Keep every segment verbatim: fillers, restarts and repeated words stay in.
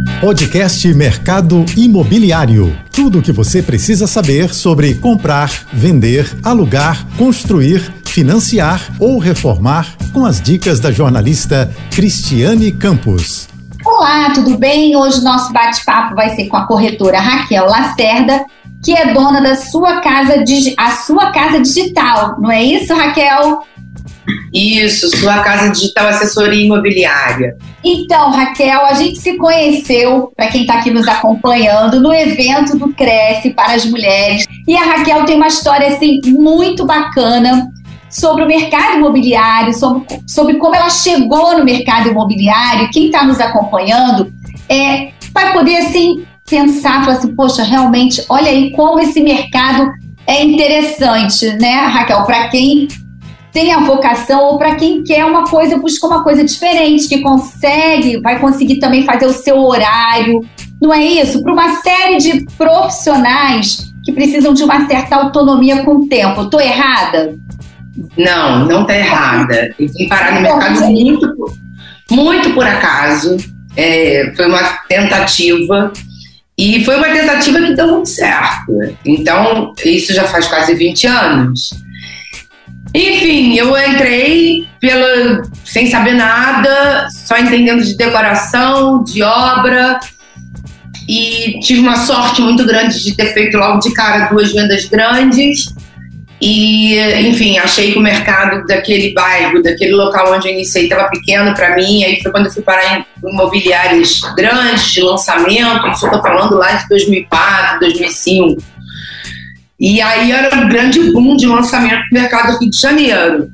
Podcast Mercado Imobiliário. Tudo o que você precisa saber sobre comprar, vender, alugar, construir, financiar ou reformar, com as dicas da jornalista Cristiane Campos. Olá, tudo bem? Hoje o nosso bate-papo vai ser com a corretora Raquel Lacerda, que é dona da sua casa, a sua casa digital. Não é isso, Raquel? Isso, Sua Casa Digital Assessoria Imobiliária. Então, Raquel, a gente se conheceu, para quem está aqui nos acompanhando, no evento do Cresce para as Mulheres. E a Raquel tem uma história assim, muito bacana sobre o mercado imobiliário, sobre, sobre como ela chegou no mercado imobiliário. Quem está nos acompanhando é, vai poder assim, pensar, falar assim, poxa, realmente, olha aí como esse mercado é interessante, né, Raquel? Para quem tem a vocação ou para quem quer uma coisa, busca uma coisa diferente, que consegue, vai conseguir também fazer o seu horário, não é isso? Para uma série de profissionais que precisam de uma certa autonomia com o tempo. Estou errada? Não, não está errada. Eu vim parar no mercado muito, muito por acaso. É, foi uma tentativa e foi uma tentativa que deu muito certo. Então, isso já faz quase vinte anos. Enfim, eu entrei pela, sem saber nada, só entendendo de decoração, de obra, e tive uma sorte muito grande de ter feito logo de cara duas vendas grandes. E, enfim, achei que o mercado daquele bairro, daquele local onde eu iniciei, estava pequeno para mim. Aí foi quando eu fui parar em imobiliárias grandes, de lançamento. Isso eu estou falando lá de dois mil e quatro, dois mil e cinco. E aí era um grande boom de lançamento no mercado do Rio de Janeiro.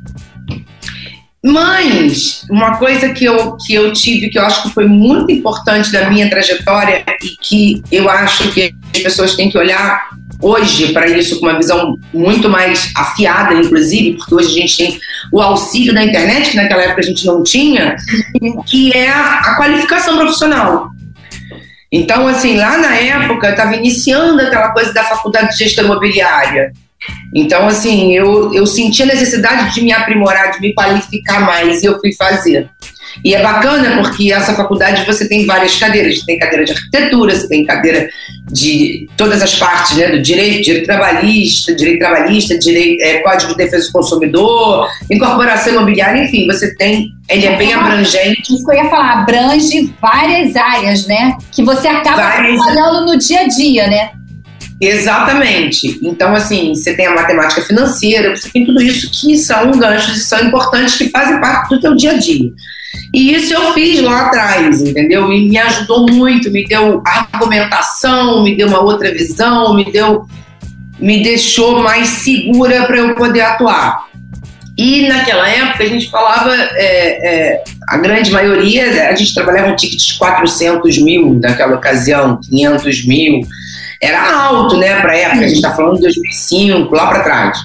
Mas uma coisa que eu, que eu tive, que eu acho que foi muito importante da minha trajetória e que eu acho que as pessoas têm que olhar hoje para isso com uma visão muito mais afiada, inclusive, porque hoje a gente tem o auxílio da internet, que naquela época a gente não tinha, que é a qualificação profissional. Então, assim, lá na época, eu estava iniciando aquela coisa da faculdade de gestão imobiliária. Então, assim, eu, eu senti a necessidade de me aprimorar, de me qualificar mais, e eu fui fazer. E é bacana porque essa faculdade você tem várias cadeiras. Você tem cadeira de arquitetura, você tem cadeira de todas as partes, né, do direito, direito trabalhista, direito trabalhista, direito, é, Código de Defesa do Consumidor, incorporação imobiliária, enfim, você tem, ele é bem abrangente. Isso que eu ia falar, abrange várias áreas, né, que você acaba várias... trabalhando no dia a dia, né? Exatamente. Então, assim, você tem a matemática financeira, você tem tudo isso que são ganchos e são importantes, que fazem parte do teu dia a dia. E isso eu fiz lá atrás, entendeu? E me ajudou muito, me deu argumentação, me deu uma outra visão, me deu, me deixou mais segura para eu poder atuar. E naquela época a gente falava, é, é, a grande maioria, a gente trabalhava um ticket de quatrocentos mil naquela ocasião, quinhentos mil. Era alto, né, para a época, a gente está falando de dois mil e cinco, lá para trás.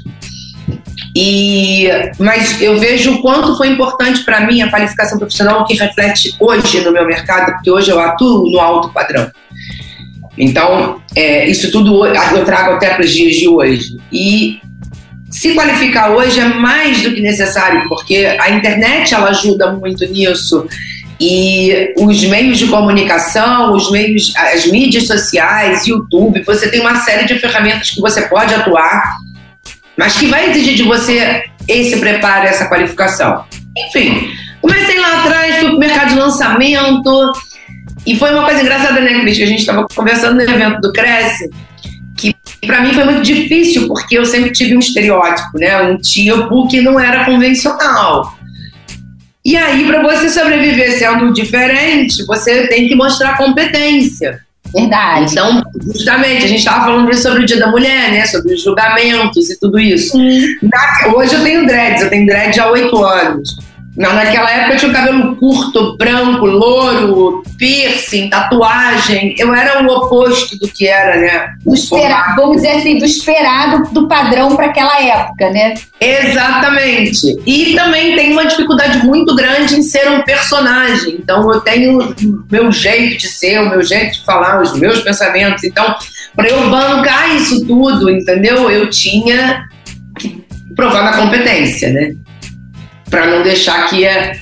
E, mas eu vejo o quanto foi importante para mim a qualificação profissional, que reflete hoje no meu mercado, porque hoje eu atuo no alto padrão. Então, é, isso tudo eu trago até para os dias de hoje. E se qualificar hoje é mais do que necessário, porque a internet ela ajuda muito nisso. E os meios de comunicação, os meios, as mídias sociais, YouTube, você tem uma série de ferramentas que você pode atuar, mas que vai exigir de você esse preparo, essa qualificação. Enfim, comecei lá atrás, fui pro mercado de lançamento, e foi uma coisa engraçada, né, Cris, que a gente estava conversando no evento do Cresce, que para mim foi muito difícil, porque eu sempre tive um estereótipo, né, um tipo que não era convencional. E aí, para você sobreviver sendo diferente, você tem que mostrar competência. Verdade. Então, justamente, a gente estava falando sobre o Dia da Mulher, né? Sobre os julgamentos e tudo isso. Na, hoje eu tenho dreads, eu tenho dreads há oito anos. Mas naquela época eu tinha o cabelo curto, branco, louro, piercing, tatuagem. Eu era o oposto do que era, né? O esperado, vamos dizer assim, do esperado do padrão para aquela época, né? Exatamente. E também tem uma dificuldade muito grande em ser um personagem. Então eu tenho o meu jeito de ser, o meu jeito de falar, os meus pensamentos. Então, para eu bancar isso tudo, entendeu? Eu tinha que provar na competência, né? Para não deixar que ia,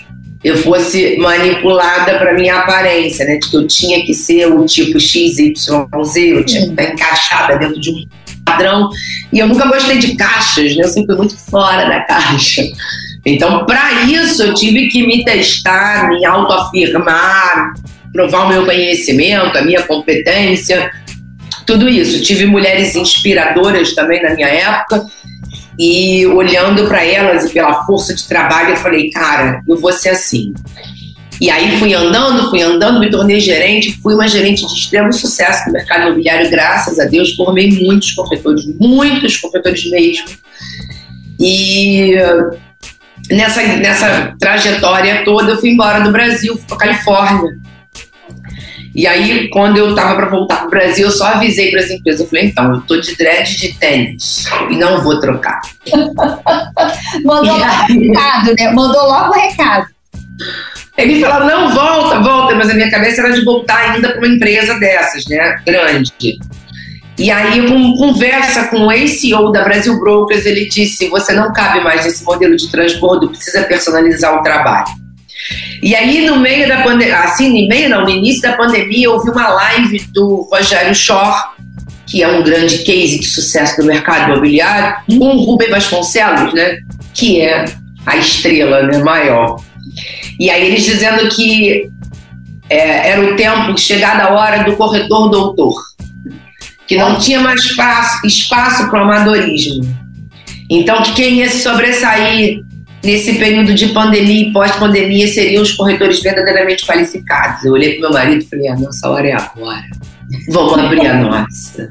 eu fosse manipulada para minha aparência, né? De que eu tinha que ser o tipo X Y Z, eu tinha que estar encaixada dentro de um padrão. E eu nunca gostei de caixas, né? Eu sempre fui muito fora da caixa. Então, para isso, eu tive que me testar, me autoafirmar, provar o meu conhecimento, a minha competência, tudo isso. Tive mulheres inspiradoras também na minha época. E olhando para elas e pela força de trabalho, eu falei, cara, eu vou ser assim. E aí fui andando, fui andando, me tornei gerente, fui uma gerente de extremo sucesso no mercado imobiliário, graças a Deus, formei muitos corretores, muitos corretores mesmo. E nessa, nessa trajetória toda eu fui embora do Brasil, fui para Califórnia. E aí, quando eu estava para voltar para o Brasil, eu só avisei para as empresas. Eu falei, então, eu estou de dread de tênis e não vou trocar. Mandou logo o recado, né? Mandou logo o recado. Ele falou, não, volta, volta. Mas a minha cabeça era de voltar ainda para uma empresa dessas, né? Grande. E aí, com conversa com o A C E O da Brasil Brokers, ele disse, você não cabe mais nesse modelo de transbordo, precisa personalizar o trabalho. E aí, no meio da pandemia, assim, no meio não, no início da pandemia, eu ouvi uma live do Rogério Schorr, que é um grande case de sucesso do mercado imobiliário, com o Rubem Vasconcelos, né, que é a estrela, né, maior. E aí eles dizendo que é, era o tempo, chegada a hora do corretor doutor, que não tinha mais espaço, espaço para o amadorismo. Então, que quem ia se sobressair nesse período de pandemia e pós-pandemia seriam os corretores verdadeiramente qualificados. Eu olhei para meu marido e falei, a nossa hora é agora. Vamos abrir a nossa.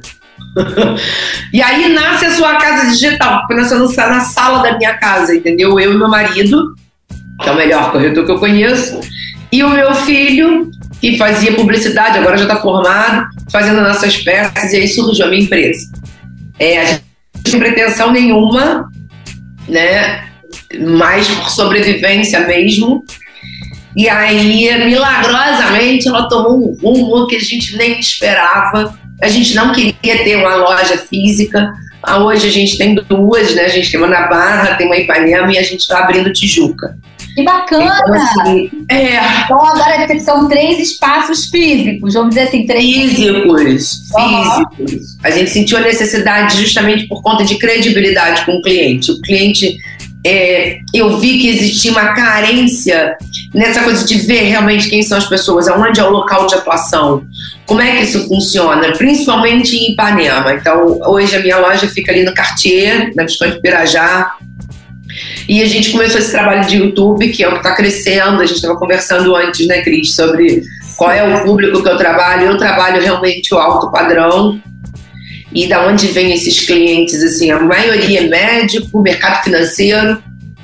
E aí nasce a sua casa digital, porque nasceu na sala da minha casa, entendeu? Eu e meu marido, que é o melhor corretor que eu conheço, e o meu filho, que fazia publicidade, agora já está formado, fazendo nossas peças, e aí surgiu a minha empresa. É, a gente não tem pretensão nenhuma, né? Mais por sobrevivência mesmo. E aí, milagrosamente, ela tomou um rumo que a gente nem esperava. A gente não queria ter uma loja física. Hoje a gente tem duas, né? A gente tem uma na Barra, tem uma em Ipanema e a gente está abrindo Tijuca. Que bacana! Então, assim, é... então agora são três espaços físicos, vamos dizer assim, três... Físicos, uhum. físicos. A gente sentiu a necessidade justamente por conta de credibilidade com o cliente. O cliente... É, eu vi que existia uma carência nessa coisa de ver realmente quem são as pessoas, aonde é o local de atuação, como é que isso funciona, principalmente em Ipanema. Então, hoje a minha loja fica ali no Cartier, na Visconde Pirajá, e a gente começou esse trabalho de YouTube, que é o que está crescendo. A gente estava conversando antes, né, Cris, sobre qual é o público que eu trabalho. Eu trabalho realmente o alto padrão. E da onde vem esses clientes, assim, a maioria é médico, mercado financeiro,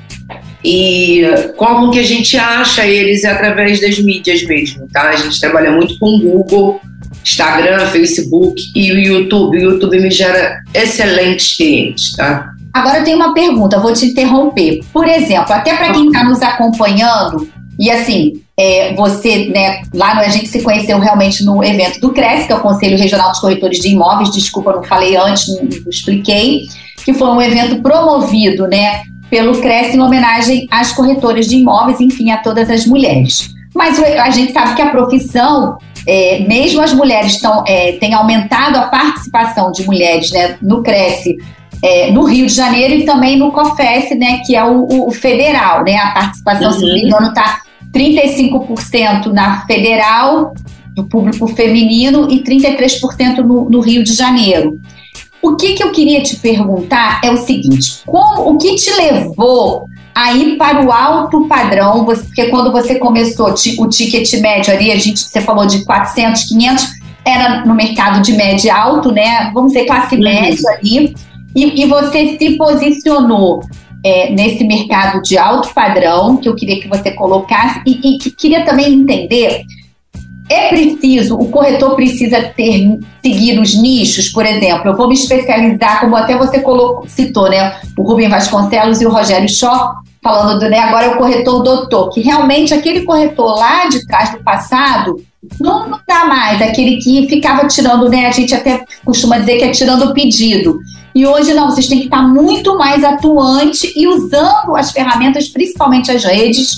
e como que a gente acha eles é através das mídias mesmo, tá? A gente trabalha muito com Google, Instagram, Facebook e o YouTube. O YouTube me gera excelentes clientes, tá? Agora eu tenho uma pergunta, vou te interromper. Por exemplo, até para quem está nos acompanhando, e assim, é, você, né, lá no, a gente se conheceu realmente no evento do CRES, que é o Conselho Regional dos Corretores de Imóveis, desculpa, não falei antes, não, não expliquei, que foi um evento promovido, né, pelo CRES em homenagem às corretoras de imóveis, enfim, a todas as mulheres. Mas a gente sabe que a profissão, é, mesmo as mulheres tão, é, tem aumentado a participação de mulheres, né, no CRES, É, no Rio de Janeiro e também no COFES, né, que é o, o federal, né, a participação, uhum. se não me engano, está trinta e cinco por cento na federal, do público feminino, e trinta e três por cento no, no Rio de Janeiro. O que, que eu queria te perguntar é o seguinte, como, o que te levou a ir para o alto padrão, você, porque quando você começou o ticket médio ali, a gente, você falou de quatrocentos, quinhentos, era no mercado de médio alto, né, vamos dizer, classe uhum. média ali, E, e você se posicionou é, nesse mercado de alto padrão, que eu queria que você colocasse, e, e que queria também entender, é preciso, o corretor precisa ter, seguir os nichos, por exemplo, eu vou me especializar, como até você colocou, citou, né, o Rubem Vasconcelos e o Rogério Schorr, falando do, né, agora é o corretor doutor, que realmente aquele corretor lá de trás do passado, não, não dá mais, aquele que ficava tirando, né, a gente até costuma dizer que é tirando o pedido. E hoje não, vocês têm que estar muito mais atuante e usando as ferramentas, principalmente as redes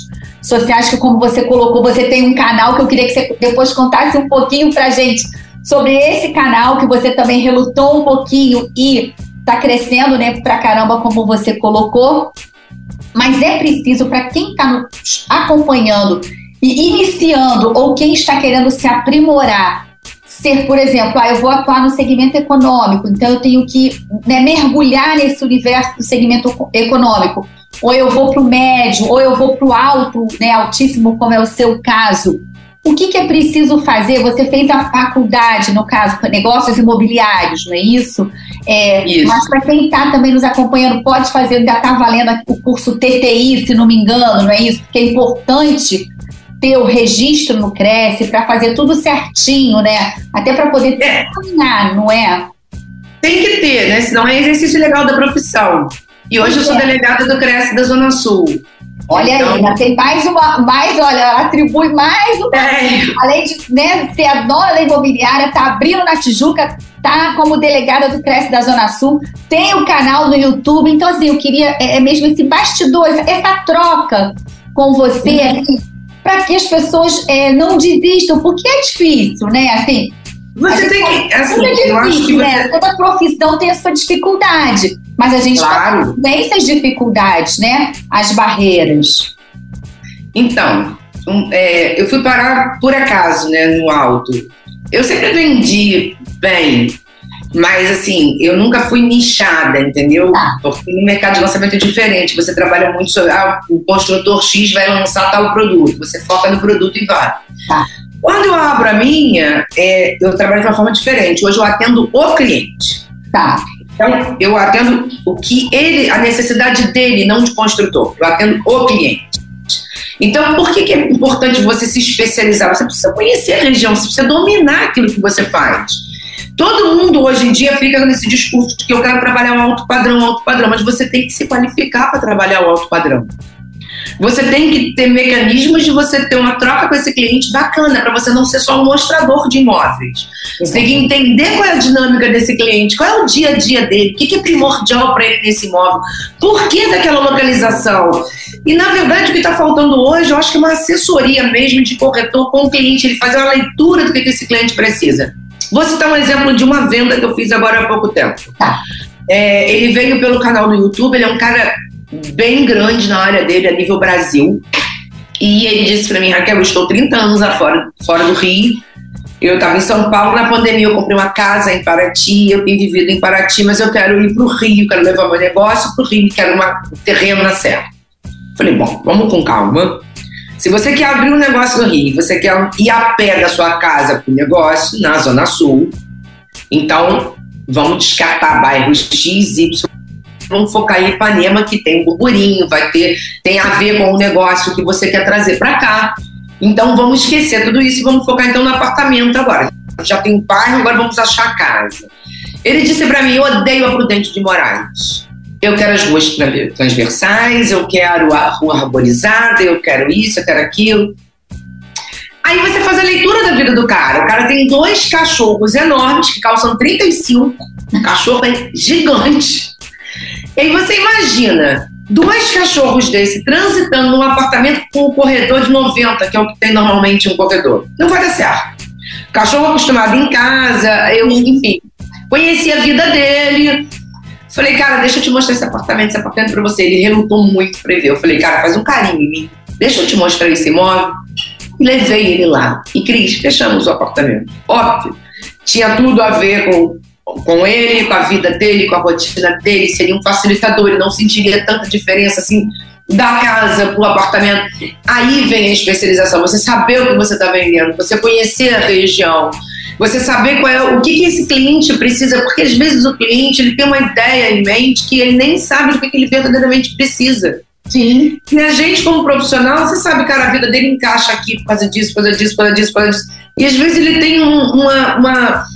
sociais, que como você colocou, você tem um canal que eu queria que você depois contasse um pouquinho pra gente sobre esse canal, que você também relutou um pouquinho e tá crescendo, né, pra caramba, como você colocou. Mas é preciso, para quem está nos acompanhando e iniciando, ou quem está querendo se aprimorar, ser, por exemplo, ah, eu vou atuar no segmento econômico, então eu tenho que, né, mergulhar nesse universo do segmento econômico, ou eu vou para o médio, ou eu vou para o alto, né, altíssimo, como é o seu caso. O que, que é preciso fazer? Você fez a faculdade, no caso, negócios imobiliários, não é isso? É, isso. Mas para quem está também nos acompanhando, pode fazer, ainda está valendo o curso T T I, se não me engano, não é isso? Porque é importante ter o registro no Cresce para fazer tudo certinho, né? Até para poder terminar, não é? Tem que ter, né? Senão é exercício legal da profissão. E hoje eu sou delegada do Cresce da Zona Sul. Olha então, aí, ainda tem mais uma, mais, olha, atribui mais uma, é. além de, né, ser a dona da imobiliária, tá abrindo na Tijuca, tá como delegada do Cresce da Zona Sul, tem o canal no YouTube, então assim, eu queria é, é mesmo esse bastidor, essa, essa troca com você, uhum. assim, para que as pessoas é, não desistam, porque é difícil, né, assim. Você tem que, assim, é difícil, eu acho que né? você... Toda profissão tem a sua dificuldade, mas a gente claro. tem essas dificuldades, né? As barreiras. Então, um, é, eu fui parar por acaso, né, no alto. Eu sempre vendi bem, mas assim, eu nunca fui nichada, entendeu? Tá. Porque no mercado de lançamento é diferente. Você trabalha muito sobre, ah, o construtor X vai lançar tal produto, você foca no produto e vai. Tá. Quando eu abro a minha, é, eu trabalho de uma forma diferente. Hoje eu atendo o cliente. Tá. Então, eu atendo o que ele, a necessidade dele, não de construtor. Eu atendo o cliente. Então, por que, que é importante você se especializar? Você precisa conhecer a região, você precisa dominar aquilo que você faz. Todo mundo hoje em dia fica nesse discurso de que eu quero trabalhar um alto padrão, alto padrão, mas você tem que se qualificar para trabalhar o alto padrão. Você tem que ter mecanismos de você ter uma troca com esse cliente bacana, para você não ser só um mostrador de imóveis. Você tem que entender qual é a dinâmica desse cliente, qual é o dia a dia dele, o que é primordial para ele nesse imóvel, por que daquela localização. E, na verdade, o que está faltando hoje, eu acho que é uma assessoria mesmo de corretor com o cliente, ele fazer uma leitura do que esse cliente precisa. Vou citar um exemplo de uma venda que eu fiz agora há pouco tempo. Tá. É, ele veio pelo canal do YouTube, ele é um cara bem grande na área dele, a nível Brasil. E ele disse pra mim, Raquel, eu estou trinta anos fora, fora do Rio. Eu estava em São Paulo, na pandemia eu comprei uma casa em Paraty, eu tenho vivido em Paraty, mas eu quero ir pro Rio, quero levar meu negócio pro Rio, quero uma, um terreno na Serra. Falei, bom, vamos com calma. Se você quer abrir um negócio no Rio, você quer ir a pé da sua casa pro negócio, na Zona Sul, então vamos descartar bairros X, Y, vamos focar em Ipanema, que tem um burburinho, vai ter, tem a ver com o negócio que você quer trazer para cá. Então vamos esquecer tudo isso e vamos focar então no apartamento agora. Já tem um bairro, agora vamos achar a casa. Ele disse para mim, eu odeio a Prudente de Moraes. Eu quero as ruas transversais, eu quero a rua arborizada, eu quero isso, eu quero aquilo. Aí você faz a leitura da vida do cara. O cara tem dois cachorros enormes que calçam trinta e cinco. O cachorro é gigante. E aí você imagina dois cachorros desse transitando num apartamento com um corredor de noventa, que é o que tem normalmente um corredor. Não vai dar certo. O cachorro acostumado em casa, eu, enfim, conheci a vida dele. Falei, cara, deixa eu te mostrar esse apartamento, esse apartamento pra você. Ele relutou muito pra ver. Eu falei, cara, faz um carinho em mim. Deixa eu te mostrar esse imóvel. E levei ele lá. E, Cris, fechamos o apartamento. Óbvio, tinha tudo a ver com, com ele, com a vida dele, com a rotina dele. Seria um facilitador, ele não sentiria tanta diferença assim da casa pro apartamento. Aí vem a especialização. Você saber o que você está vendendo, você conhecer a região, você saber qual é, o que, que esse cliente precisa, porque às vezes o cliente ele tem uma ideia em mente que ele nem sabe do que, que ele verdadeiramente precisa. Sim. E a gente, como profissional, você sabe, cara, a vida dele encaixa aqui por causa disso, por causa disso, por causa disso, por causa disso. E às vezes ele tem um, uma, uma,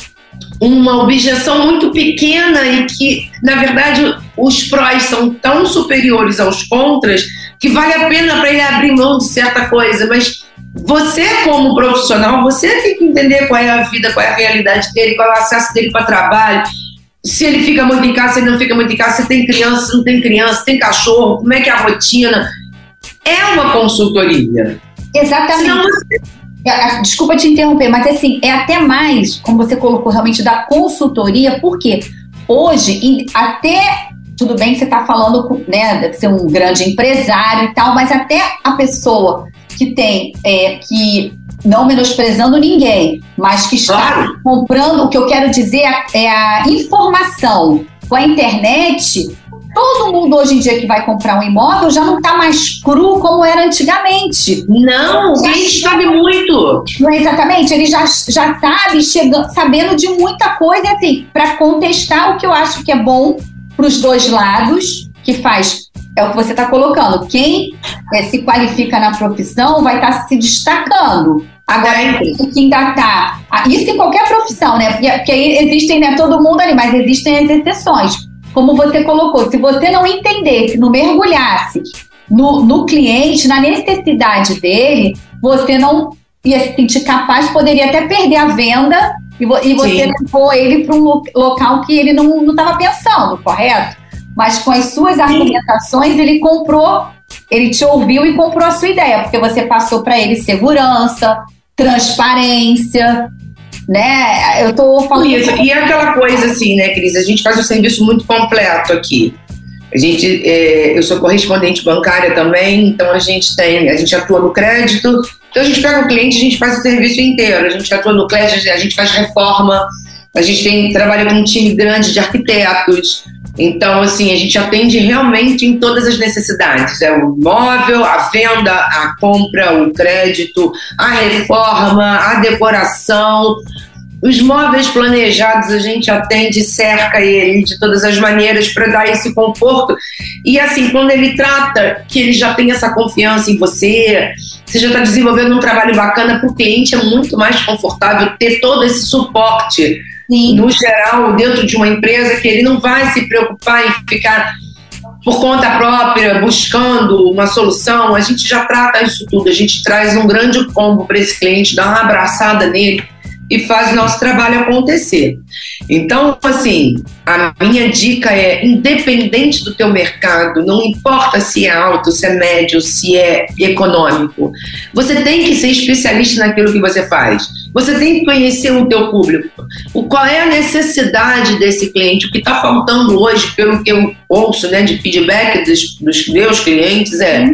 uma objeção muito pequena e que, na verdade, os prós são tão superiores aos contras que vale a pena para ele abrir mão de certa coisa, mas você, como profissional, você tem que entender qual é a vida, qual é a realidade dele, qual é o acesso dele para trabalho, se ele fica muito em casa, se ele não fica muito em casa, se tem criança, se não tem criança, se tem cachorro, como é que é a rotina. é uma consultoria. Exatamente. Senão você... Desculpa te interromper, mas assim, é até mais, como você colocou realmente, da consultoria, porque hoje, até, tudo bem que você está falando, né, deve ser um grande empresário e tal, mas até a pessoa que tem, é, que não menosprezando ninguém, mas que está claro. comprando, o que eu quero dizer é a informação com a internet. Todo mundo hoje em dia que vai comprar um imóvel já não está mais cru como era antigamente. Não, o cliente sabe muito. Não é exatamente, ele já, já sabe, chegando, sabendo de muita coisa, assim, para contestar o que eu acho que é bom para os dois lados, que faz, é o que você está colocando. Quem é, se qualifica na profissão vai estar tá se destacando. Agora, é. que ainda está... Isso em qualquer profissão, né? Porque, porque aí existem, né, todo mundo ali, mas existem as exceções. Como você colocou, se você não entendesse, não mergulhasse no, no cliente, na necessidade dele, você não ia se sentir capaz, poderia até perder a venda e, vo, e você Sim. levou ele para um lo, local que ele não estava pensando, correto? Mas com as suas argumentações, ele comprou, ele te ouviu e comprou a sua ideia, porque você passou para ele segurança, transparência... Né? Eu tô falando isso. E é aquela coisa assim, né, Cris? A gente faz um serviço muito completo aqui. A gente, é, eu sou correspondente bancária também, então a gente tem, a gente atua no crédito. Então a gente pega o cliente, a gente faz o serviço inteiro. A gente atua no crédito, a gente faz reforma. A gente tem, trabalha com um time grande de arquitetos. Então, assim, a gente atende realmente em todas as necessidades. É o imóvel, a venda, a compra, o crédito, a reforma, a decoração. Os móveis planejados a gente atende, cerca ele de todas as maneiras para dar esse conforto. E assim, quando ele trata que ele já tem essa confiança em você, você já está desenvolvendo um trabalho bacana, para o cliente é muito mais confortável ter todo esse suporte. Sim. No geral, dentro de uma empresa, que ele não vai se preocupar em ficar por conta própria, buscando uma solução. A gente já trata isso tudo, a gente traz um grande combo para esse cliente, dá uma abraçada nele e faz o nosso trabalho acontecer. Então, assim, a minha dica é, independente do teu mercado, não importa se é alto, se é médio, se é econômico, você tem que ser especialista naquilo que você faz. Você tem que conhecer o teu público. O, qual é a necessidade desse cliente? O que está faltando hoje, pelo que eu ouço, né, de feedback dos, dos meus clientes, é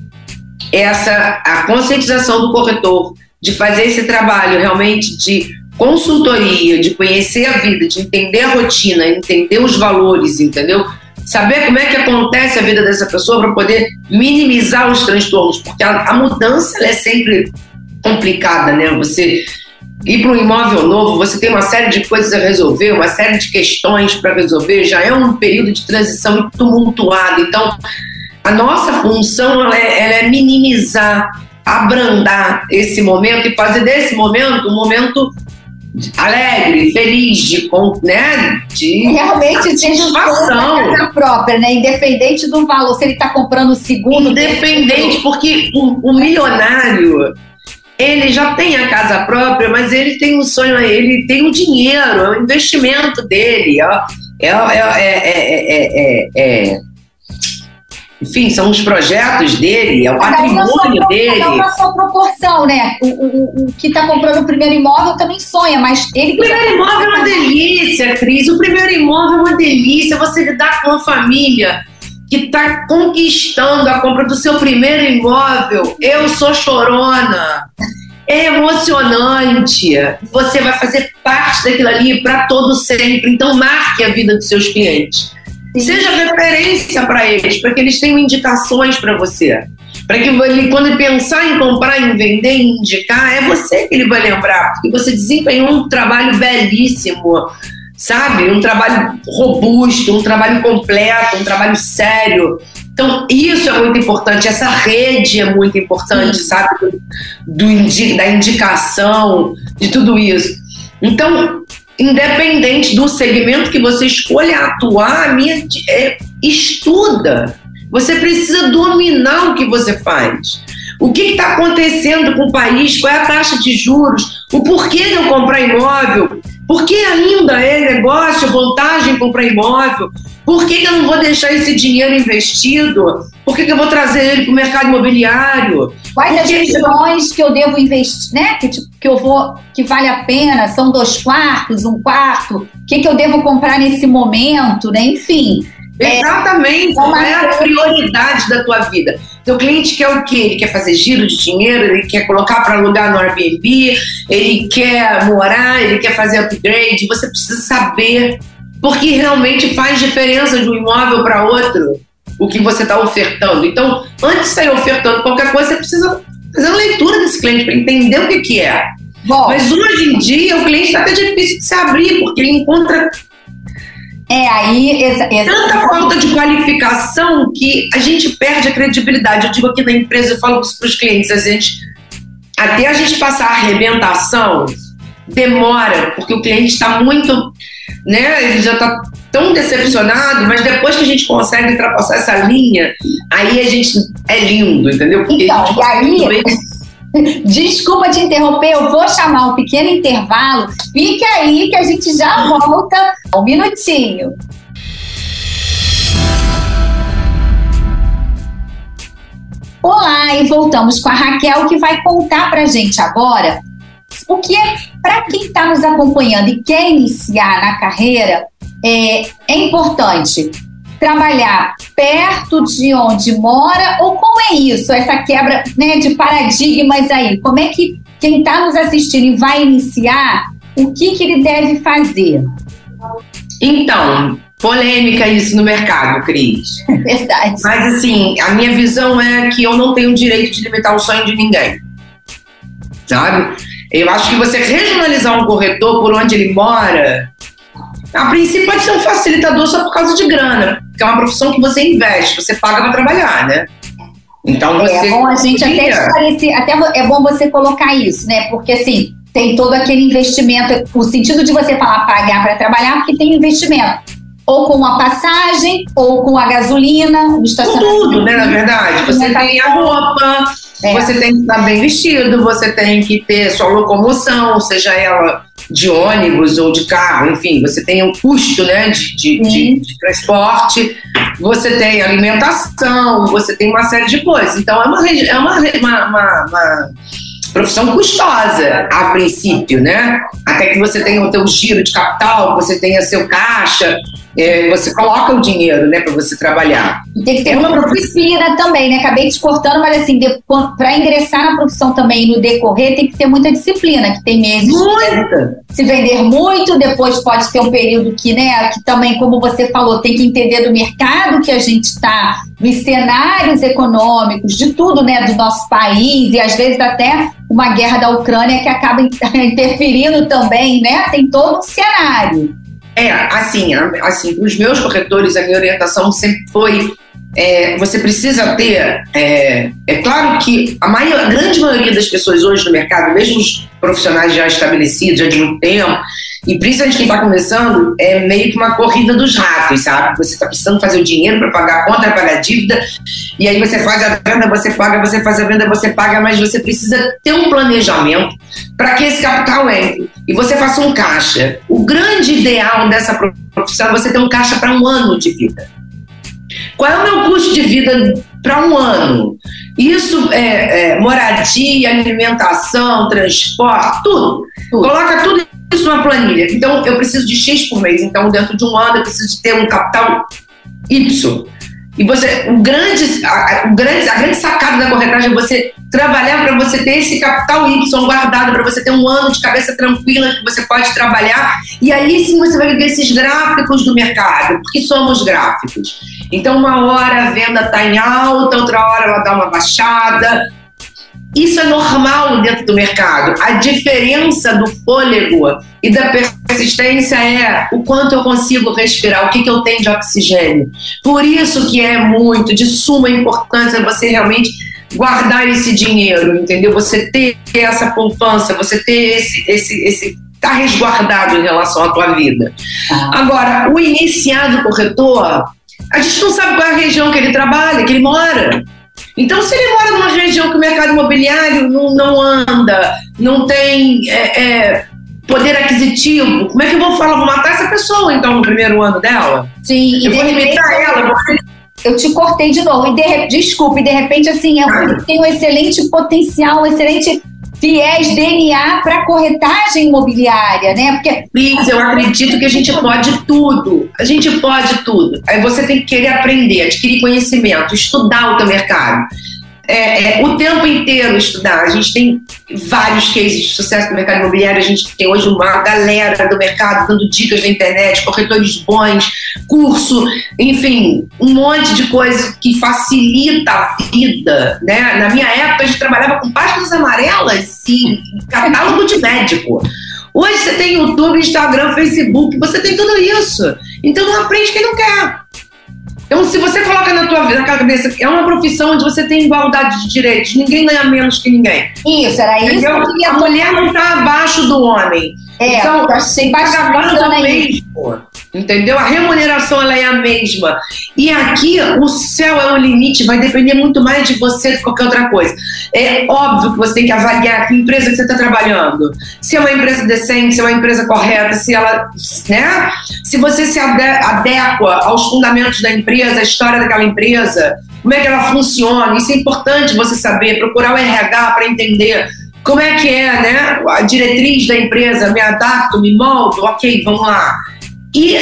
essa, a conscientização do corretor, de fazer esse trabalho realmente de consultoria, de conhecer a vida, de entender a rotina, entender os valores, entendeu? Saber como é que acontece a vida dessa pessoa para poder minimizar os transtornos, porque a, a mudança ela é sempre complicada, né? Você ir para um imóvel novo, você tem uma série de coisas a resolver, uma série de questões para resolver, já é um período de transição muito tumultuado. Então, a nossa função ela é, ela é minimizar, abrandar esse momento e fazer desse momento um momento alegre, feliz, de, né, de realmente satisfação. De própria, né? Independente do valor, se ele está comprando o segundo. Independente, porque o, o milionário, ele já tem a casa própria, mas ele tem um sonho, ele tem o dinheiro, é o investimento dele, ó, é, é, é, é, é, é enfim, são os projetos dele, é o patrimônio dele. Cada um na sua proporção, né? O, o, o que está comprando o primeiro imóvel também sonha, mas ele... O primeiro imóvel é uma delícia, Cris. O primeiro imóvel é uma delícia. Você lidar com uma família que está conquistando a compra do seu primeiro imóvel. Eu sou chorona. É emocionante. Você vai fazer parte daquilo ali para todo sempre. Então, marque a vida dos seus clientes. Seja referência para eles, para que eles tenham indicações para você. Para que ele, quando ele pensar em comprar, em vender, em indicar, é você que ele vai lembrar. Porque você desempenhou um trabalho belíssimo, sabe? Um trabalho robusto, um trabalho completo, um trabalho sério. Então, isso é muito importante. Essa rede é muito importante, Sim. sabe? Do, do, da indicação, de tudo isso. Então, independente do segmento que você escolha atuar, a minha, é, estuda. Você precisa dominar o que você faz. O que está acontecendo com o país? Qual é a taxa de juros? O porquê de eu comprar imóvel? Por que ainda é negócio, vantagem comprar imóvel? Por que, que eu não vou deixar esse dinheiro investido? Por que, que eu vou trazer ele para o mercado imobiliário? Quais as questões que eu devo investir, né? Que, tipo, que eu vou, que vale a pena? São dois quartos, um quarto? O que, que eu devo comprar nesse momento, né? Enfim. Exatamente, qual é a prioridade da tua vida? Teu cliente quer o quê? Ele quer fazer giro de dinheiro, ele quer colocar para alugar no Airbnb, ele quer morar, ele quer fazer upgrade. Você precisa saber, porque realmente faz diferença de um imóvel para outro o que você está ofertando. Então, antes de sair ofertando qualquer coisa, você precisa fazer uma leitura desse cliente para entender o que, que é. Bom, mas hoje em dia o cliente está até difícil de se abrir, porque ele encontra É, aí... Essa, essa... tanta falta de qualificação que a gente perde a credibilidade. Eu digo aqui na empresa, eu falo isso para os clientes, a gente, até a gente passar a arrebentação, demora, porque o cliente está muito, né, ele já está tão decepcionado, mas depois que a gente consegue ultrapassar essa linha, aí a gente é lindo, entendeu? Porque então, e aí... Desculpa te interromper, eu vou chamar um pequeno intervalo. Fique aí que a gente já volta. Um minutinho. Olá, e voltamos com a Raquel, que vai contar pra gente agora o que é, para quem está nos acompanhando e quer iniciar na carreira, é, é importante trabalhar perto de onde mora, ou como é isso, essa quebra, né, de paradigmas aí? Como é que quem está nos assistindo e vai iniciar, o que, que ele deve fazer? Então, polêmica isso no mercado, Cris. Verdade. Mas assim, a minha visão é que eu não tenho o direito de limitar o sonho de ninguém, sabe? Eu acho que você regionalizar um corretor por onde ele mora, a princípio pode ser um facilitador só por causa de grana, porque é uma profissão que você investe, você paga para trabalhar, né? Então você... É bom a gente até esclarecer, até é bom você colocar isso, né? Porque assim, tem todo aquele investimento, o sentido de você falar pagar para trabalhar, porque tem investimento, ou com a passagem, ou com a gasolina, o estacionamento. Com tudo, né, na verdade. Você tem a roupa, é. Você tem que estar bem vestido, você tem que ter sua locomoção, seja ela de ônibus ou de carro, enfim, você tem um custo, né, de, de, de, de transporte, você tem alimentação, você tem uma série de coisas. Então é uma, é uma, uma, uma, uma profissão custosa, a princípio, né? Até que você tenha o teu giro de capital, você tenha seu caixa, é, você coloca o dinheiro, né, para você trabalhar. E tem que ter é uma uma disciplina também, né? Acabei te cortando, mas assim, para ingressar na profissão também e no decorrer, tem que ter muita disciplina, que tem meses. Muita! Se vender muito, depois pode ter um período que, né, que também, como você falou, tem que entender do mercado que a gente está, dos cenários econômicos, de tudo, né, do nosso país, e às vezes até uma guerra da Ucrânia que acaba interferindo também, né? Tem todo um cenário. É, assim, assim, para os meus corretores, a minha orientação sempre foi, é, você precisa ter, é, é claro que a, maior, a grande maioria das pessoas hoje no mercado, mesmo os profissionais já estabelecidos, já de muito tempo, e principalmente quem está começando, é meio que uma corrida dos ratos, sabe? Você está precisando fazer o dinheiro para pagar a conta, para pagar a dívida, e aí você faz a venda, você paga, você faz a venda, você paga, mas você precisa ter um planejamento para que esse capital entre e você faça um caixa. O grande ideal dessa profissão é você ter um caixa para um ano de vida. Qual é o meu custo de vida para um ano? Isso é, é moradia, alimentação, transporte, tudo. tudo. Coloca tudo isso numa planilha. Então, eu preciso de X por mês. Então, dentro de um ano, eu preciso de ter um capital Y. E você, o grande, a, o grande, a grande sacada da corretagem é você trabalhar para você ter esse capital Y guardado, para você ter um ano de cabeça tranquila que você pode trabalhar. E aí sim você vai ver esses gráficos do mercado, porque somos gráficos. Então, uma hora a venda está em alta, outra hora ela dá uma baixada. Isso é normal dentro do mercado. A diferença do fôlego e da persistência é o quanto eu consigo respirar, o que, que eu tenho de oxigênio. Por isso que é muito, de suma importância você realmente guardar esse dinheiro, entendeu? Você ter essa poupança, você ter esse... esse, esse tá resguardado em relação à tua vida. Ah. Agora, o iniciado corretor, a gente não sabe qual é a região que ele trabalha, que ele mora. Então, se ele mora numa região que o mercado imobiliário não, não anda, não tem, é, é, poder aquisitivo. Como é que eu vou falar? Vou matar essa pessoa, então, no primeiro ano dela? Sim. Eu e vou limitar ela. Eu, vou... eu te cortei de novo. E de... Desculpe, de repente, assim, eu ah. tenho um excelente potencial, um excelente viés D N A para corretagem imobiliária, né? Porque... Liz, eu acredito que a gente pode tudo. A gente pode tudo. Aí você tem que querer aprender, adquirir conhecimento, estudar o teu mercado. É, é, o tempo inteiro estudar. A gente tem vários cases de sucesso no mercado imobiliário. A gente tem hoje uma galera do mercado dando dicas na internet, corretores bons, curso, enfim, um monte de coisa que facilita a vida, né? Na minha época a gente trabalhava com páginas amarelas e catálogo de médico. Hoje você tem YouTube, Instagram, Facebook, você tem tudo isso. Então não aprende quem não quer. Então, se você coloca na tua vida, na cabeça, é uma profissão onde você tem igualdade de direitos, ninguém ganha menos que ninguém. Isso, era isso. Entendeu? A mulher não está abaixo do homem. É, então, achei bastante é o mesmo. Entendeu? A remuneração ela é a mesma. E aqui, o céu é o limite, vai depender muito mais de você do que qualquer outra coisa. É óbvio que você tem que avaliar que empresa que você está trabalhando. Se é uma empresa decente, se é uma empresa correta, se ela, né? Se você se adequa aos fundamentos da empresa, a história daquela empresa, como é que ela funciona. Isso é importante você saber, procurar o R H para entender como é que é, né? A diretriz da empresa, me adapto, me moldo, ok, vamos lá. E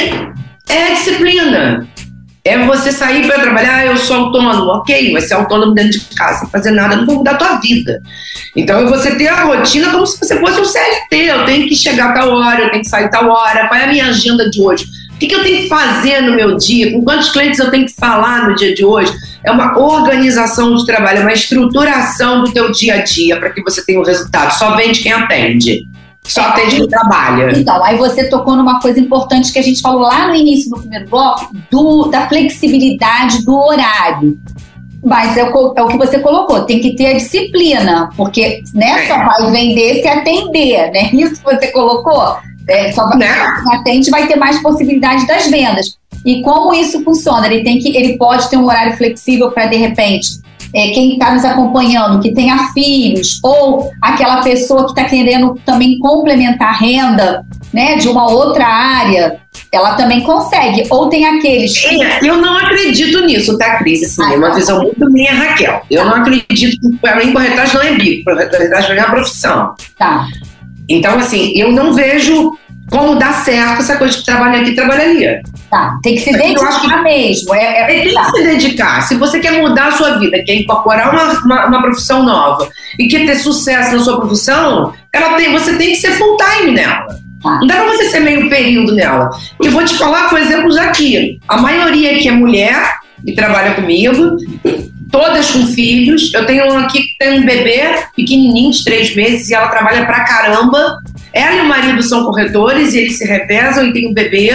é disciplina. É você sair para trabalhar, eu sou autônomo, ok, vai ser autônomo dentro de casa, sem fazer nada, não vai mudar a tua vida. Então é você ter a rotina como se você fosse um C L T, eu tenho que chegar a tal hora, eu tenho que sair a tal hora, qual é a minha agenda de hoje? O que, que eu tenho que fazer no meu dia? Com quantos clientes eu tenho que falar no dia de hoje? É uma organização de trabalho, é uma estruturação do teu dia a dia para que você tenha um resultado. Só vende quem atende. Só atende quem trabalha. Então, aí você tocou numa coisa importante que a gente falou lá no início do primeiro bloco, do, da flexibilidade do horário. Mas é o, é o que você colocou, tem que ter a disciplina, porque né, só vai vender se atender, né? Isso que você colocou. É, só vai, né? Quem atende vai ter mais possibilidade das vendas. E como isso funciona? Ele, tem que, ele pode ter um horário flexível para, de repente, é, quem está nos acompanhando, que tenha filhos, ou aquela pessoa que está querendo também complementar a renda, né, de uma outra área, ela também consegue. Ou tem aqueles... Que... Eu não acredito nisso, tá, Cris? Assim, ah, é uma tá. visão muito minha, Raquel. Eu tá. não acredito que, para mim, corretagem não é bico. Corretagem é uma profissão. Tá. Então, assim, eu não vejo como dá certo essa coisa de trabalhar aqui e trabalhar ali. Tá, tem que se dedicar que mesmo. É, é, tem tá. que se dedicar. Se você quer mudar a sua vida, quer incorporar uma, uma, uma profissão nova e quer ter sucesso na sua profissão, ela tem, você tem que ser full time nela. Tá. Não dá pra você ser meio período nela. E eu vou te falar com exemplos aqui. A maioria aqui é mulher e trabalha comigo, todas com filhos. Eu tenho uma aqui que tem um bebê pequenininho de três meses e ela trabalha pra caramba. Ela e o marido são corretores e eles se revezam e tem um bebê.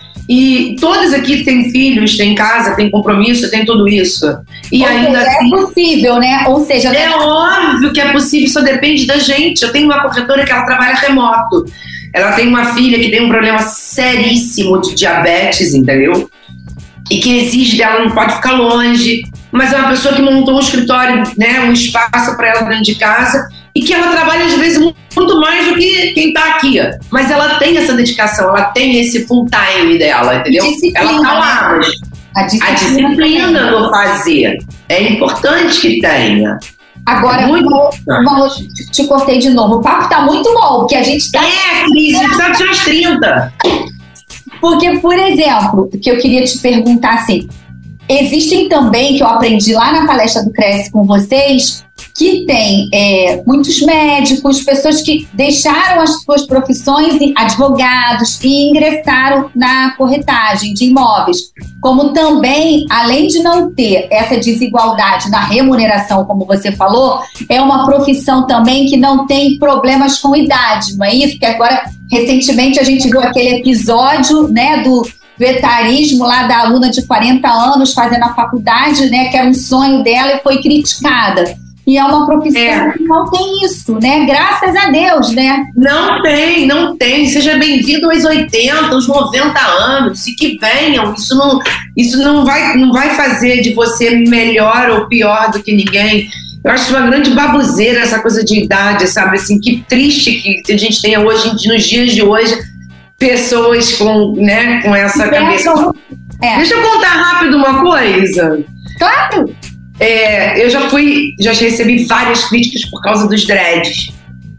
E todas aqui têm filhos, têm casa, têm compromisso, têm tudo isso. E Ou ainda seja, assim, é possível, né? Ou seja... É não... óbvio que é possível, só depende da gente. Eu tenho uma corretora que ela trabalha remoto. Ela tem uma filha que tem um problema seríssimo de diabetes, entendeu? E que exige dela, não pode ficar longe. Mas é uma pessoa que montou um escritório, né, um espaço para ela dentro de casa e que ela trabalha, às vezes, muito mais do que quem está aqui. Mas ela tem essa dedicação, ela tem esse full time dela, entendeu? Disciplina, ela está lá. Né? A disciplina, a disciplina no fazer. É importante que tenha. Agora, é muito vou, vou, te cortei de novo. O papo tá muito bom, porque a gente tá... É, Cris, a gente tá de umas trinta. Porque, por exemplo, o que eu queria te perguntar, assim, existem também, que eu aprendi lá na palestra do Cresce com vocês, que tem é, muitos médicos, pessoas que deixaram as suas profissões, advogados, e ingressaram na corretagem de imóveis. Como também, além de não ter essa desigualdade na remuneração, como você falou, é uma profissão também que não tem problemas com idade, não é isso? Porque agora, recentemente, a gente viu aquele episódio, né, do... do etarismo lá da aluna de quarenta anos fazendo a faculdade, né, que era um sonho dela e foi criticada. E é uma profissão é. que não tem isso, né? Graças a Deus, né? Não tem, não tem. Seja bem-vindo aos oitenta, aos noventa anos, e que venham. Isso não, isso não vai, não vai fazer de você melhor ou pior do que ninguém. Eu acho uma grande baboseira essa coisa de idade, sabe? Assim, que triste que a gente tenha hoje, nos dias de hoje, pessoas com, né, com essa cabeça. É. Deixa eu contar rápido uma coisa. Claro! É, eu já fui, já recebi várias críticas por causa dos dreads.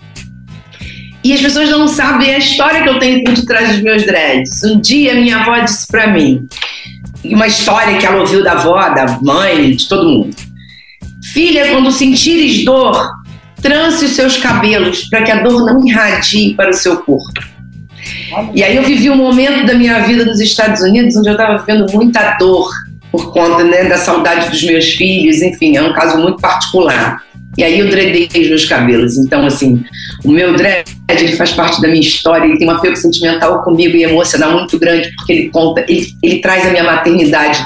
E as pessoas não sabem a história que eu tenho por detrás dos meus dreads. Um dia minha avó disse pra mim, uma história que ela ouviu da avó, da mãe, de todo mundo. Filha, quando sentires dor, trance os seus cabelos para que a dor não irradie para o seu corpo. E aí eu vivi um momento da minha vida nos Estados Unidos onde eu estava vivendo muita dor por conta, né, da saudade dos meus filhos, enfim, é um caso muito particular. E aí eu dreadei os meus cabelos. Então, assim, o meu dread, ele faz parte da minha história, ele tem um apego sentimental comigo e emocional muito grande, porque ele conta, ele, ele traz a minha maternidade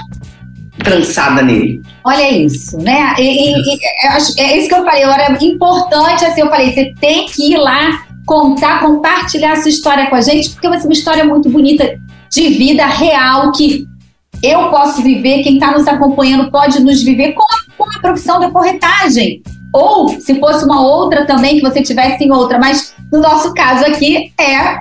trançada nele. Olha isso, né? E, e, e, é isso que eu falei, agora é importante, assim, eu falei, você tem que ir lá contar, compartilhar a sua história com a gente, porque vai ser uma história muito bonita de vida real, que eu posso viver, quem está nos acompanhando pode nos viver com a, com a profissão da corretagem. Ou, se fosse uma outra também, que você tivesse em outra, mas no nosso caso aqui é...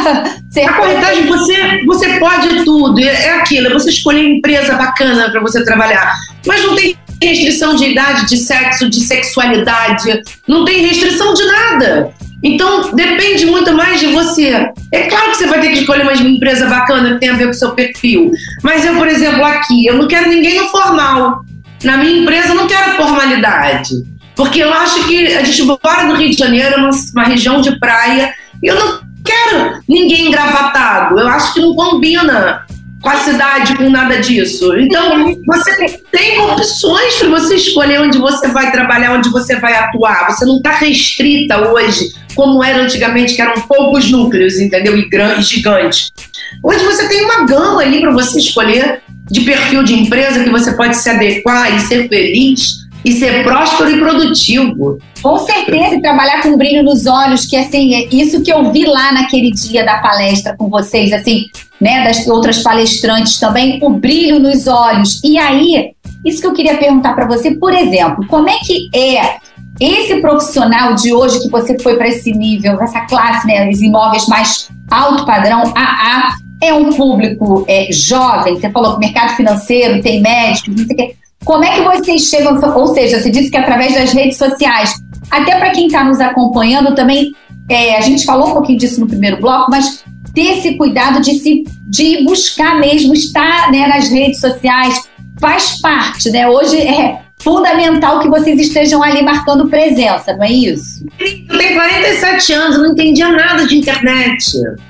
ser a corretagem, você, você pode tudo, é aquilo, é você escolher empresa bacana para você trabalhar, mas não tem restrição de idade, de sexo, de sexualidade, não tem restrição de nada. Então, depende muito mais de você. É claro que você vai ter que escolher uma empresa bacana que tem a ver com o seu perfil. Mas eu, por exemplo, aqui, eu não quero ninguém no formal. Na minha empresa, eu não quero formalidade. Porque eu acho que a gente mora no Rio de Janeiro, uma, uma região de praia, e eu não quero ninguém engravatado. Eu acho que não combina com a cidade, com nada disso. Então, você tem opções para você escolher onde você vai trabalhar, onde você vai atuar. Você não está restrita hoje, como era antigamente, que eram poucos núcleos, entendeu? E grandes, gigantes. Hoje você tem uma gama ali para você escolher de perfil de empresa que você pode se adequar e ser feliz e ser próspero e produtivo. Com certeza, e trabalhar com brilho nos olhos, que assim, é isso que eu vi lá naquele dia da palestra com vocês, assim, né, das outras palestrantes também, o brilho nos olhos. E aí, isso que eu queria perguntar para você, por exemplo, como é que é esse profissional de hoje que você foi para esse nível, essa classe, né, os imóveis mais alto padrão, A A, é um público é, jovem, você falou que mercado financeiro, tem médicos, não sei o quê. Como é que vocês chegam, ou seja, você disse que através das redes sociais, até para quem está nos acompanhando também, é, a gente falou um pouquinho disso no primeiro bloco, mas ter esse cuidado de, se, de buscar mesmo, estar, né, nas redes sociais, faz parte, né? Hoje é fundamental que vocês estejam ali marcando presença, não é isso? Eu tenho quarenta e sete anos, eu não entendia nada de internet.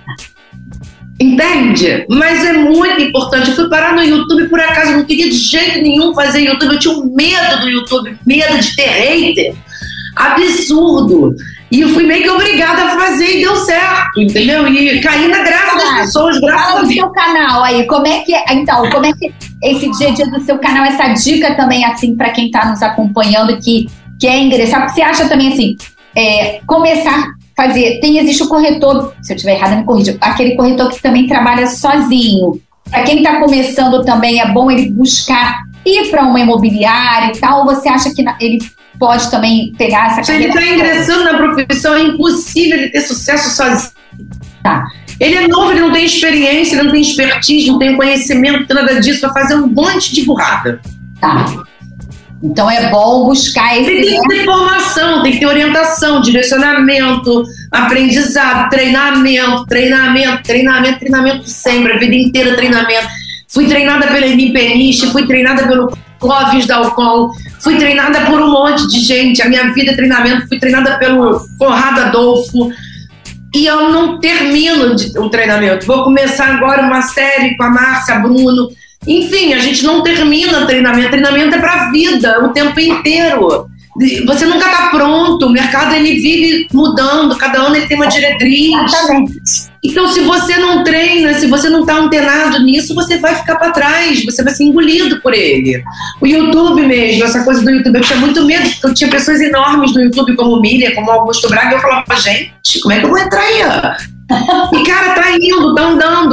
Entende? Mas é muito importante. Eu fui parar no YouTube, por acaso, eu não queria de jeito nenhum fazer YouTube. Eu tinha um medo do YouTube, medo de ter hater. Absurdo. E eu fui meio que obrigada a fazer e deu certo, entendeu? E caí na graça das pessoas, graças Fala a Deus. do seu canal aí, como é que, então, como é que esse dia a dia do seu canal, essa dica também, assim, para quem está nos acompanhando, que quer ingressar, porque você acha também, assim, é, começar fazer, tem, existe o corretor, se eu estiver errada, me corrija, aquele corretor que também trabalha sozinho. Para quem está começando também, é bom ele buscar ir para uma imobiliária e tal, ou você acha que ele pode também pegar essa... Se ele está ingressando na profissão, é impossível ele ter sucesso sozinho. Tá. Ele é novo, ele não tem experiência, ele não tem expertise, não tem conhecimento, nada disso, vai fazer um monte de burrada. Tá. Então é bom buscar esse... Tem que ter formação, tem que ter orientação, direcionamento, aprendizado, treinamento, treinamento, treinamento, treinamento sempre, a vida inteira treinamento. Fui treinada pela Emi Peniche, fui treinada pelo Clóvis Dalcon, fui treinada por um monte de gente, a minha vida é treinamento, fui treinada pelo Conrado Adolfo, e eu não termino de, o treinamento. Vou começar agora uma série com a Márcia Bruno. Enfim, a gente não termina treinamento. Treinamento é para a vida, o tempo inteiro. Você nunca está pronto. O mercado ele vive mudando. Cada ano ele tem uma diretriz. Exatamente. Então, se você não treina, se você não está antenado nisso, você vai ficar para trás. Você vai ser engolido por ele. O YouTube mesmo, essa coisa do YouTube, eu tinha muito medo, porque eu tinha pessoas enormes no YouTube, como Miriam, como Augusto Braga, e eu falava, gente, como é que eu vou entrar aí? E cara, tá indo, tá andando.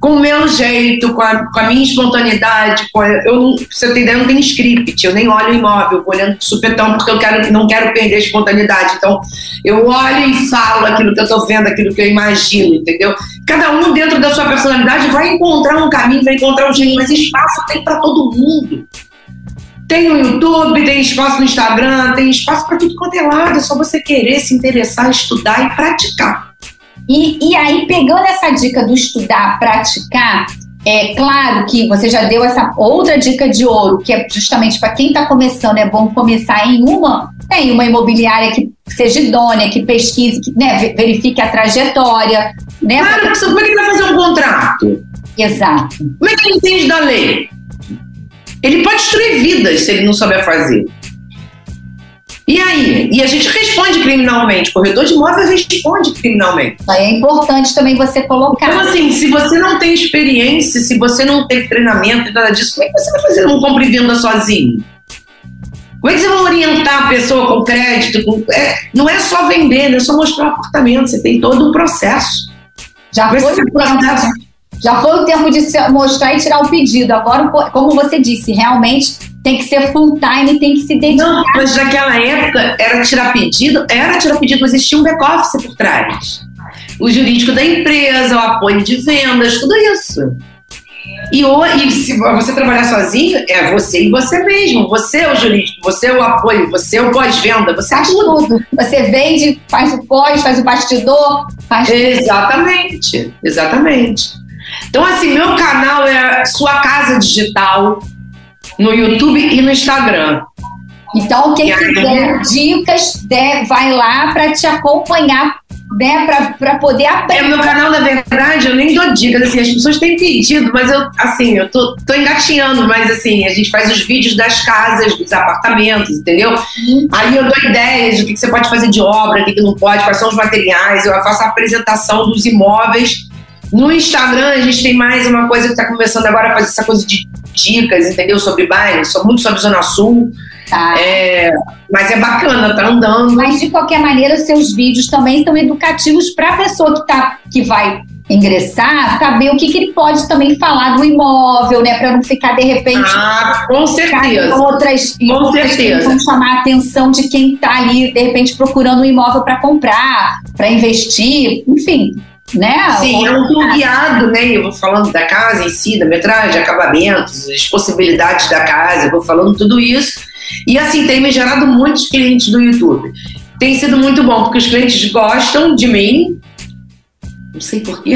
com o meu jeito, com a, com a minha espontaneidade. Com a, eu não, pra você ter ideia, eu não tenho script, eu nem olho o imóvel, eu vou olhando de supetão, porque eu quero, não quero perder a espontaneidade. Então, eu olho e falo aquilo que eu estou vendo, aquilo que eu imagino, entendeu? Cada um, dentro da sua personalidade, vai encontrar um caminho, vai encontrar um jeito, mas espaço tem para todo mundo. Tem no YouTube, tem espaço no Instagram, tem espaço para tudo quanto é lado, é só você querer se interessar, estudar e praticar. E, e aí, pegando essa dica do estudar, praticar, é claro que você já deu essa outra dica de ouro, que é justamente para quem está começando, é bom começar em uma, né, em uma imobiliária que seja idônea, que pesquise, que, né, verifique a trajetória. Né, claro, porque como é que ele vai fazer um contrato? Exato. Como é que ele entende da lei? Ele pode destruir vidas se ele não souber fazer. E aí? E a gente responde criminalmente. O corretor de imóvel responde criminalmente. É importante também você colocar. Então, assim, se você não tem experiência, se você não tem treinamento e nada disso, como é que você vai fazer um compra e venda sozinho? Como é que você vai orientar a pessoa com crédito? Com... É, não é só vender, não é só mostrar o apartamento. Você tem todo um processo. Já foi o processo. Já foi o tempo de mostrar e tirar o pedido. Agora, como você disse, realmente tem que ser full time, tem que se dedicar. Não, mas naquela época era tirar pedido, era tirar pedido, mas existia um back-office por trás. O jurídico da empresa, o apoio de vendas, tudo isso. E, e se você trabalhar sozinho, é você e você mesmo. Você é o jurídico, você é o apoio, você é o pós-venda, você faz tudo. tudo. Você vende, faz o pós, faz o bastidor. Faz exatamente, exatamente. Então, assim, meu canal é Sua Casa Digital no YouTube e no Instagram. Então, quem quiser dicas, né, vai lá para te acompanhar, né, para poder aprender. É, meu canal, na verdade, eu nem dou dicas, assim, as pessoas têm pedido, mas eu, assim, eu tô, tô engatinhando, mas assim, a gente faz os vídeos das casas, dos apartamentos, entendeu? Uhum. Aí eu dou ideias do que, que você pode fazer de obra, o que, que não pode, quais são os materiais, eu faço a apresentação dos imóveis. No Instagram, a gente tem mais uma coisa que está começando agora a fazer essa coisa de dicas, entendeu? Sobre bairros, muito sobre Zona Sul. Tá. É, mas é bacana, tá andando. Mas, de qualquer maneira, seus vídeos também são educativos para a pessoa que, tá, que vai ingressar, saber o que, que ele pode também falar do imóvel, né? Para não ficar, de repente... Ah, com certeza. Outras, com outras certeza. Que vão chamar a atenção de quem está ali, de repente, procurando um imóvel para comprar, para investir, enfim... Né? Sim, é um tour guiado, né? Eu vou falando da casa em si, da metragem, acabamentos, as possibilidades da casa, eu vou falando tudo isso. E assim, tem me gerado muitos clientes do YouTube. Tem sido muito bom, porque os clientes gostam de mim, não sei porquê,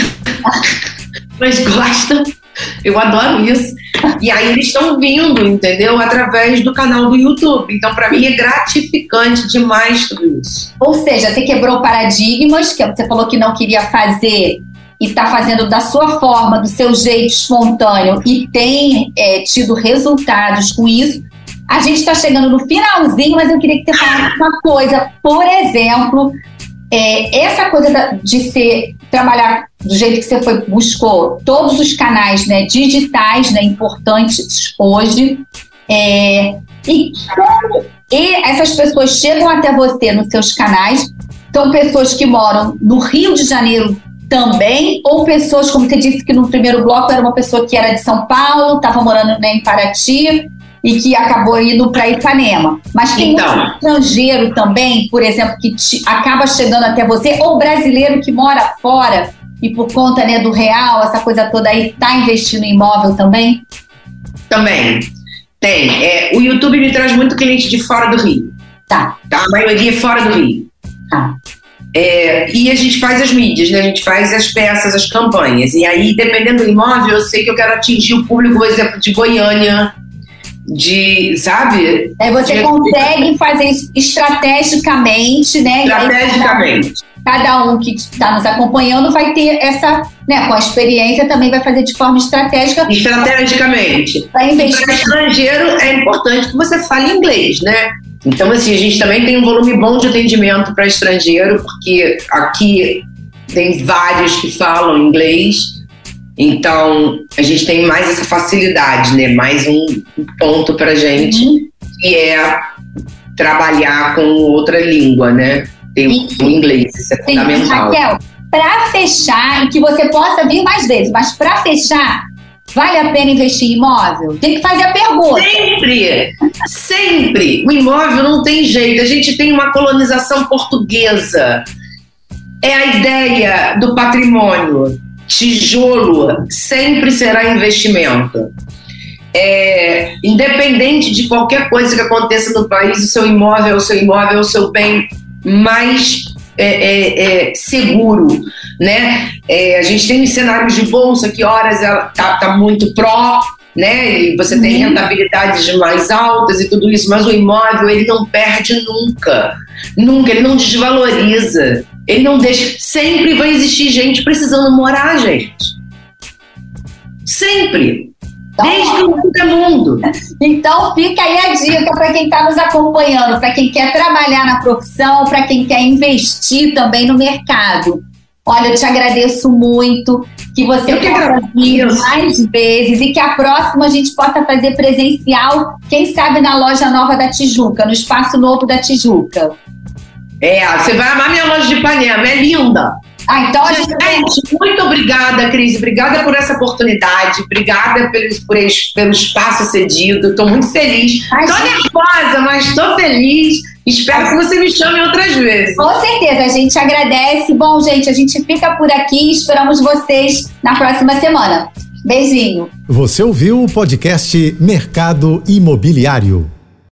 mas gostam, eu adoro isso. E aí eles estão vindo, entendeu? Através do canal do YouTube. Então, para mim, é gratificante demais tudo isso. Ou seja, você quebrou paradigmas, que você falou que não queria fazer e está fazendo da sua forma, do seu jeito espontâneo e tem é, tido resultados com isso. A gente está chegando no finalzinho, mas eu queria que você falasse uma coisa. Por exemplo, é, essa coisa da, de ser, trabalhar do jeito que você foi, buscou todos os canais, né, digitais, né, importantes hoje, é, e como e essas pessoas chegam até você nos seus canais, são pessoas que moram no Rio de Janeiro também, ou pessoas, como você disse que no primeiro bloco era uma pessoa que era de São Paulo, estava morando, né, em Paraty, e que acabou indo para Ipanema. Mas tem então, um estrangeiro também, por exemplo, que te, acaba chegando até você, ou brasileiro que mora fora e por conta, né, do real, essa coisa toda aí, está investindo em imóvel também? Também. Tem. É, o YouTube me traz muito cliente de fora do Rio. Tá. Tá? A maioria é fora do Rio. Tá. É, e a gente faz as mídias, né? A gente faz as peças, as campanhas. E aí, dependendo do imóvel, eu sei que eu quero atingir o público, por exemplo, de Goiânia, de, sabe? Aí você de... consegue fazer isso estrategicamente, né? Estrategicamente. Cada um que está nos acompanhando vai ter essa, né, com a experiência também vai fazer de forma estratégica. Estrategicamente. Para investir. Para estrangeiro é importante que você fale inglês, né? Então, assim, a gente também tem um volume bom de atendimento para estrangeiro, porque aqui tem vários que falam inglês, então a gente tem mais essa facilidade, né? Mais um ponto para a gente, uhum. que é trabalhar com outra língua, né? Tem o inglês, isso é Sim, fundamental. Raquel, para fechar, e que você possa vir mais vezes, mas para fechar, vale a pena investir em imóvel? Tem que fazer a pergunta. Sempre, sempre. O imóvel não tem jeito. A gente tem uma colonização portuguesa. É a ideia do patrimônio. Tijolo sempre será investimento. É, independente de qualquer coisa que aconteça no país, o seu imóvel é o seu imóvel, é o seu bem mais é, é, é, seguro, né? É, a gente tem cenários de bolsa que horas ela tá, tá muito pró, né? E você tem rentabilidades mais altas e tudo isso, mas o imóvel ele não perde nunca, nunca, ele não desvaloriza, ele não deixa, sempre vai existir gente precisando morar, gente, sempre. Desde o mundo é mundo. Então fica aí a dica para quem está nos acompanhando, para quem quer trabalhar na profissão, para quem quer investir também no mercado. Olha, eu te agradeço muito, que você eu possa vir mais vezes e que a próxima a gente possa fazer presencial, quem sabe na loja nova da Tijuca, no espaço novo da Tijuca. É, você vai amar minha loja de Ipanema, é linda. Ah, então a gente... gente, muito obrigada, Cris. Obrigada por essa oportunidade. Obrigada pelo, por, pelo espaço cedido. Estou muito feliz. Estou nervosa, mas estou feliz. Espero que você me chame outras vezes. Com certeza, a gente agradece. Bom, gente, a gente fica por aqui. Esperamos vocês na próxima semana. Beijinho. Você ouviu o podcast Mercado Imobiliário.